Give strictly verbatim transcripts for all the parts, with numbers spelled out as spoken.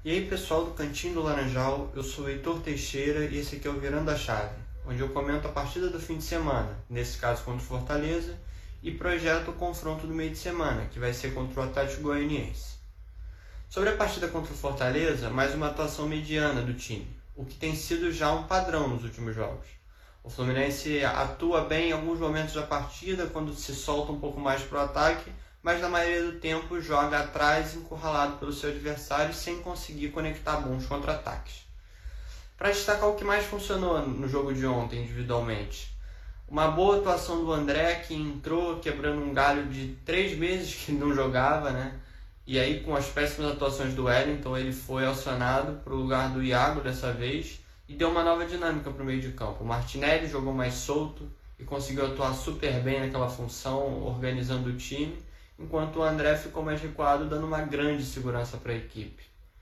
E aí pessoal do Cantinho do Laranjal, eu sou o Heitor Teixeira e esse aqui é o Virando a Chave, onde eu comento a partida do fim de semana, nesse caso contra o Fortaleza, e projeto o confronto do meio de semana, que vai ser contra o Atlético Goianiense. Sobre a partida contra o Fortaleza, mais uma atuação mediana do time, o que tem sido já um padrão nos últimos jogos. O Fluminense atua bem em alguns momentos da partida, quando se solta um pouco mais para o ataque, mas na maioria do tempo joga atrás, encurralado pelo seu adversário, sem conseguir conectar bons contra-ataques. Para destacar o que mais funcionou no jogo de ontem individualmente, uma boa atuação do André, que entrou quebrando um galho de três meses que não jogava, né? E aí com as péssimas atuações do Wellington, ele foi acionado para o lugar do Iago dessa vez e deu uma nova dinâmica para o meio de campo. O Martinelli jogou mais solto e conseguiu atuar super bem naquela função, organizando o time, enquanto o André ficou mais recuado, dando uma grande segurança para a equipe.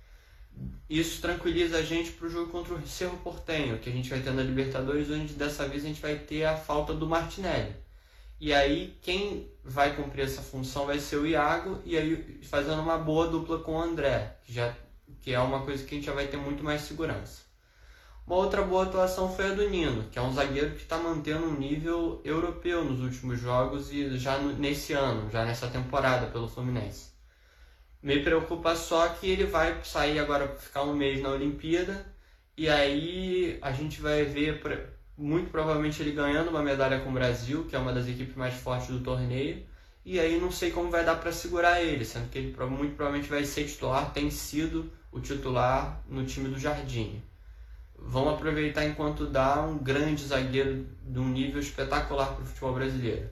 Isso tranquiliza a gente para o jogo contra o Cerro Porteño, que a gente vai ter na Libertadores, onde dessa vez a gente vai ter a falta do Martinelli. E aí quem vai cumprir essa função vai ser o Iago, e aí fazendo uma boa dupla com o André, que, já, que é uma coisa que a gente já vai ter muito mais segurança. Uma outra boa atuação foi a do Nino, que é um zagueiro que está mantendo um nível europeu nos últimos jogos e já nesse ano, já nessa temporada pelo Fluminense. Me preocupa só que ele vai sair agora para ficar um mês na Olimpíada e aí a gente vai ver muito provavelmente ele ganhando uma medalha com o Brasil, que é uma das equipes mais fortes do torneio, e aí não sei como vai dar para segurar ele, sendo que ele muito provavelmente vai ser titular, tem sido o titular no time do Jardim. Vamos aproveitar enquanto dá um grande zagueiro de um nível espetacular para o futebol brasileiro.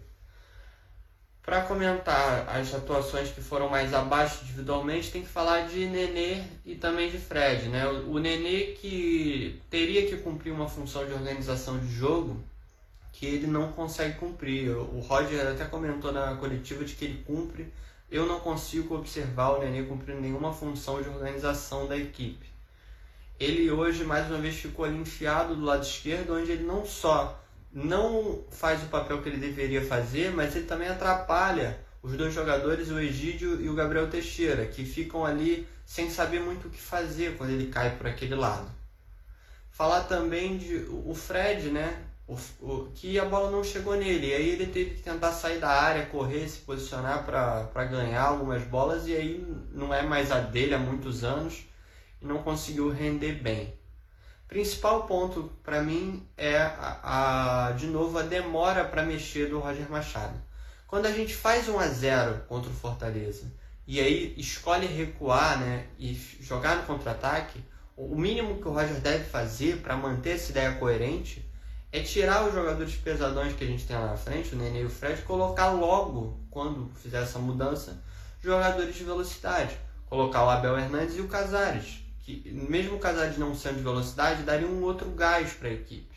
Para comentar as atuações que foram mais abaixo individualmente, tem que falar de Nenê e também de Fred, né? O Nenê que teria que cumprir uma função de organização de jogo que ele não consegue cumprir. O Roger até comentou na coletiva de que ele cumpre. Eu não consigo observar o Nenê cumprindo nenhuma função de organização da equipe. Ele hoje, mais uma vez, ficou ali enfiado do lado esquerdo, onde ele não só não faz o papel que ele deveria fazer, mas ele também atrapalha os dois jogadores, o Egídio e o Gabriel Teixeira, que ficam ali sem saber muito o que fazer quando ele cai por aquele lado. Falar também de o Fred, né? O, o, que a bola não chegou nele, e aí ele teve que tentar sair da área, correr, se posicionar para ganhar algumas bolas, e aí não é mais a dele há muitos anos, e não conseguiu render bem. Principal ponto para mim é, a, a, de novo, a demora para mexer do Roger Machado. Quando a gente faz um a zero contra o Fortaleza e aí escolhe recuar, né, e jogar no contra-ataque, o mínimo que o Roger deve fazer para manter essa ideia coerente é tirar os jogadores pesadões que a gente tem lá na frente, o Nenê e o Fred, e colocar logo, quando fizer essa mudança, jogadores de velocidade. Colocar o Abel Hernandes e o Casares, que mesmo o Casares não sendo de velocidade, daria um outro gás para a equipe.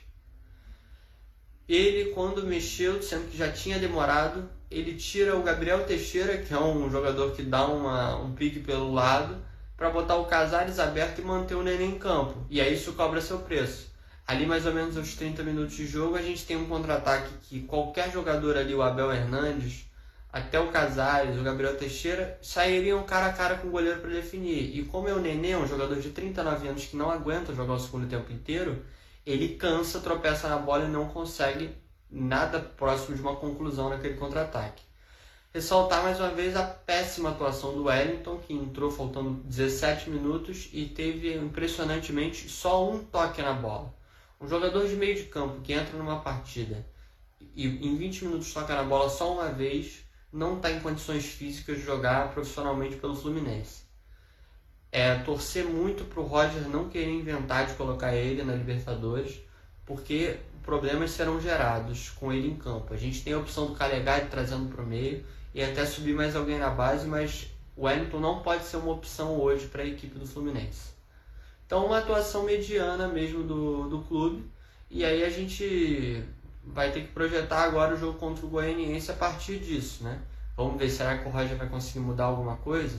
Ele, quando mexeu, sendo que já tinha demorado, ele tira o Gabriel Teixeira, que é um jogador que dá uma, um pique pelo lado, para botar o Casares aberto e manter o Nenê em campo. E aí isso cobra seu preço. Ali mais ou menos aos trinta minutos de jogo, a gente tem um contra-ataque que qualquer jogador ali, o Abel Hernandes, até o Casares, o Gabriel Teixeira, sairiam cara a cara com o goleiro para definir. E como é o Nenê, um jogador de trinta e nove anos que não aguenta jogar o segundo tempo inteiro, ele cansa, tropeça na bola e não consegue nada próximo de uma conclusão naquele contra-ataque. Ressaltar mais uma vez a péssima atuação do Wellington, que entrou faltando dezessete minutos e teve impressionantemente só um toque na bola. Um jogador de meio de campo que entra numa partida e em vinte minutos toca na bola só uma vez, não está em condições físicas de jogar profissionalmente pelo Fluminense. É torcer muito para o Roger não querer inventar de colocar ele na Libertadores, porque problemas serão gerados com ele em campo. A gente tem a opção do Calegari trazendo para o meio e até subir mais alguém na base, mas o Wellington não pode ser uma opção hoje para a equipe do Fluminense. Então uma atuação mediana mesmo do, do clube, e aí a gente vai ter que projetar agora o jogo contra o Goianiense a partir disso, né? Vamos ver, será que o Roger vai conseguir mudar alguma coisa?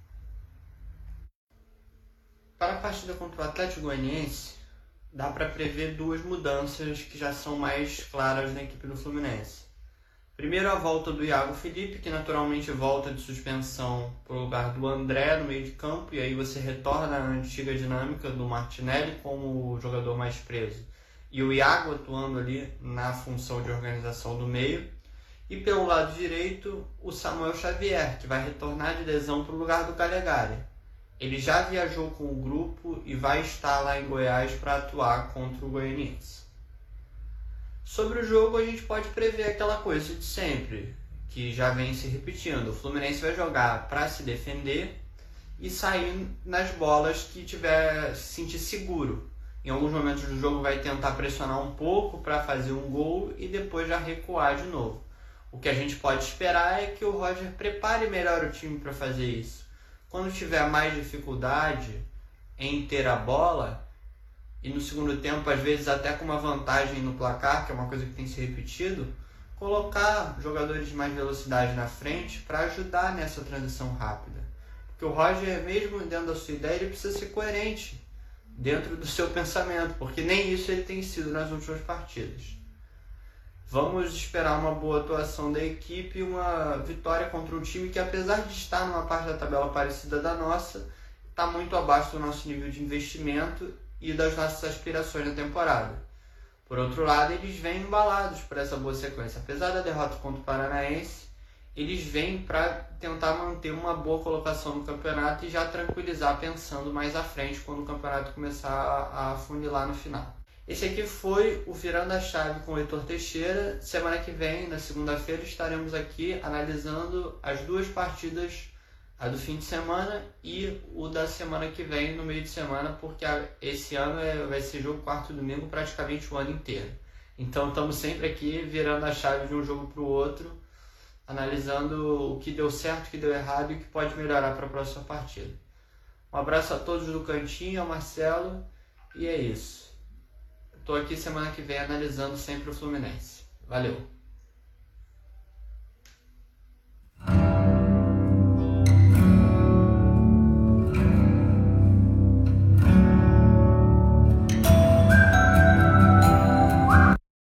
Para a partida contra o Atlético Goianiense, dá para prever duas mudanças que já são mais claras na equipe do Fluminense. Primeiro a volta do Iago Felipe, que naturalmente volta de suspensão para o lugar do André no meio de campo, e aí você retorna à antiga dinâmica do Martinelli como o jogador mais preso, e o Iago atuando ali na função de organização do meio. E pelo lado direito, o Samuel Xavier, que vai retornar de lesão para o lugar do Calegari. Ele já viajou com o grupo e vai estar lá em Goiás para atuar contra o Goianiense. Sobre o jogo, a gente pode prever aquela coisa de sempre, que já vem se repetindo. O Fluminense vai jogar para se defender e sair nas bolas que tiver se sentir seguro. Em alguns momentos do jogo vai tentar pressionar um pouco para fazer um gol e depois já recuar de novo. O que a gente pode esperar é que o Roger prepare melhor o time para fazer isso. Quando tiver mais dificuldade em ter a bola, e no segundo tempo, às vezes até com uma vantagem no placar, que é uma coisa que tem se repetido, colocar jogadores de mais velocidade na frente para ajudar nessa transição rápida. Porque o Roger, mesmo dentro da sua ideia, ele precisa ser coerente dentro do seu pensamento, porque nem isso ele tem sido nas últimas partidas. Vamos esperar uma boa atuação da equipe e uma vitória contra um time que, apesar de estar numa parte da tabela parecida da nossa, está muito abaixo do nosso nível de investimento e das nossas aspirações na temporada. Por outro lado, eles vêm embalados por essa boa sequência. Apesar da derrota contra o Paranaense, eles vêm para tentar manter uma boa colocação no campeonato e já tranquilizar pensando mais à frente quando o campeonato começar a afunilar no final. Esse aqui foi o Virando a Chave com o Heitor Teixeira. Semana que vem, na segunda-feira, estaremos aqui analisando as duas partidas, a do fim de semana e o da semana que vem no meio de semana, porque esse ano é, vai ser jogo quarto e domingo praticamente o ano inteiro. Então estamos sempre aqui virando a chave de um jogo para o outro, analisando o que deu certo, o que deu errado e o que pode melhorar para a próxima partida. Um abraço a todos do Cantinho, ao Marcelo, e é isso. Estou aqui semana que vem analisando sempre o Fluminense. Valeu!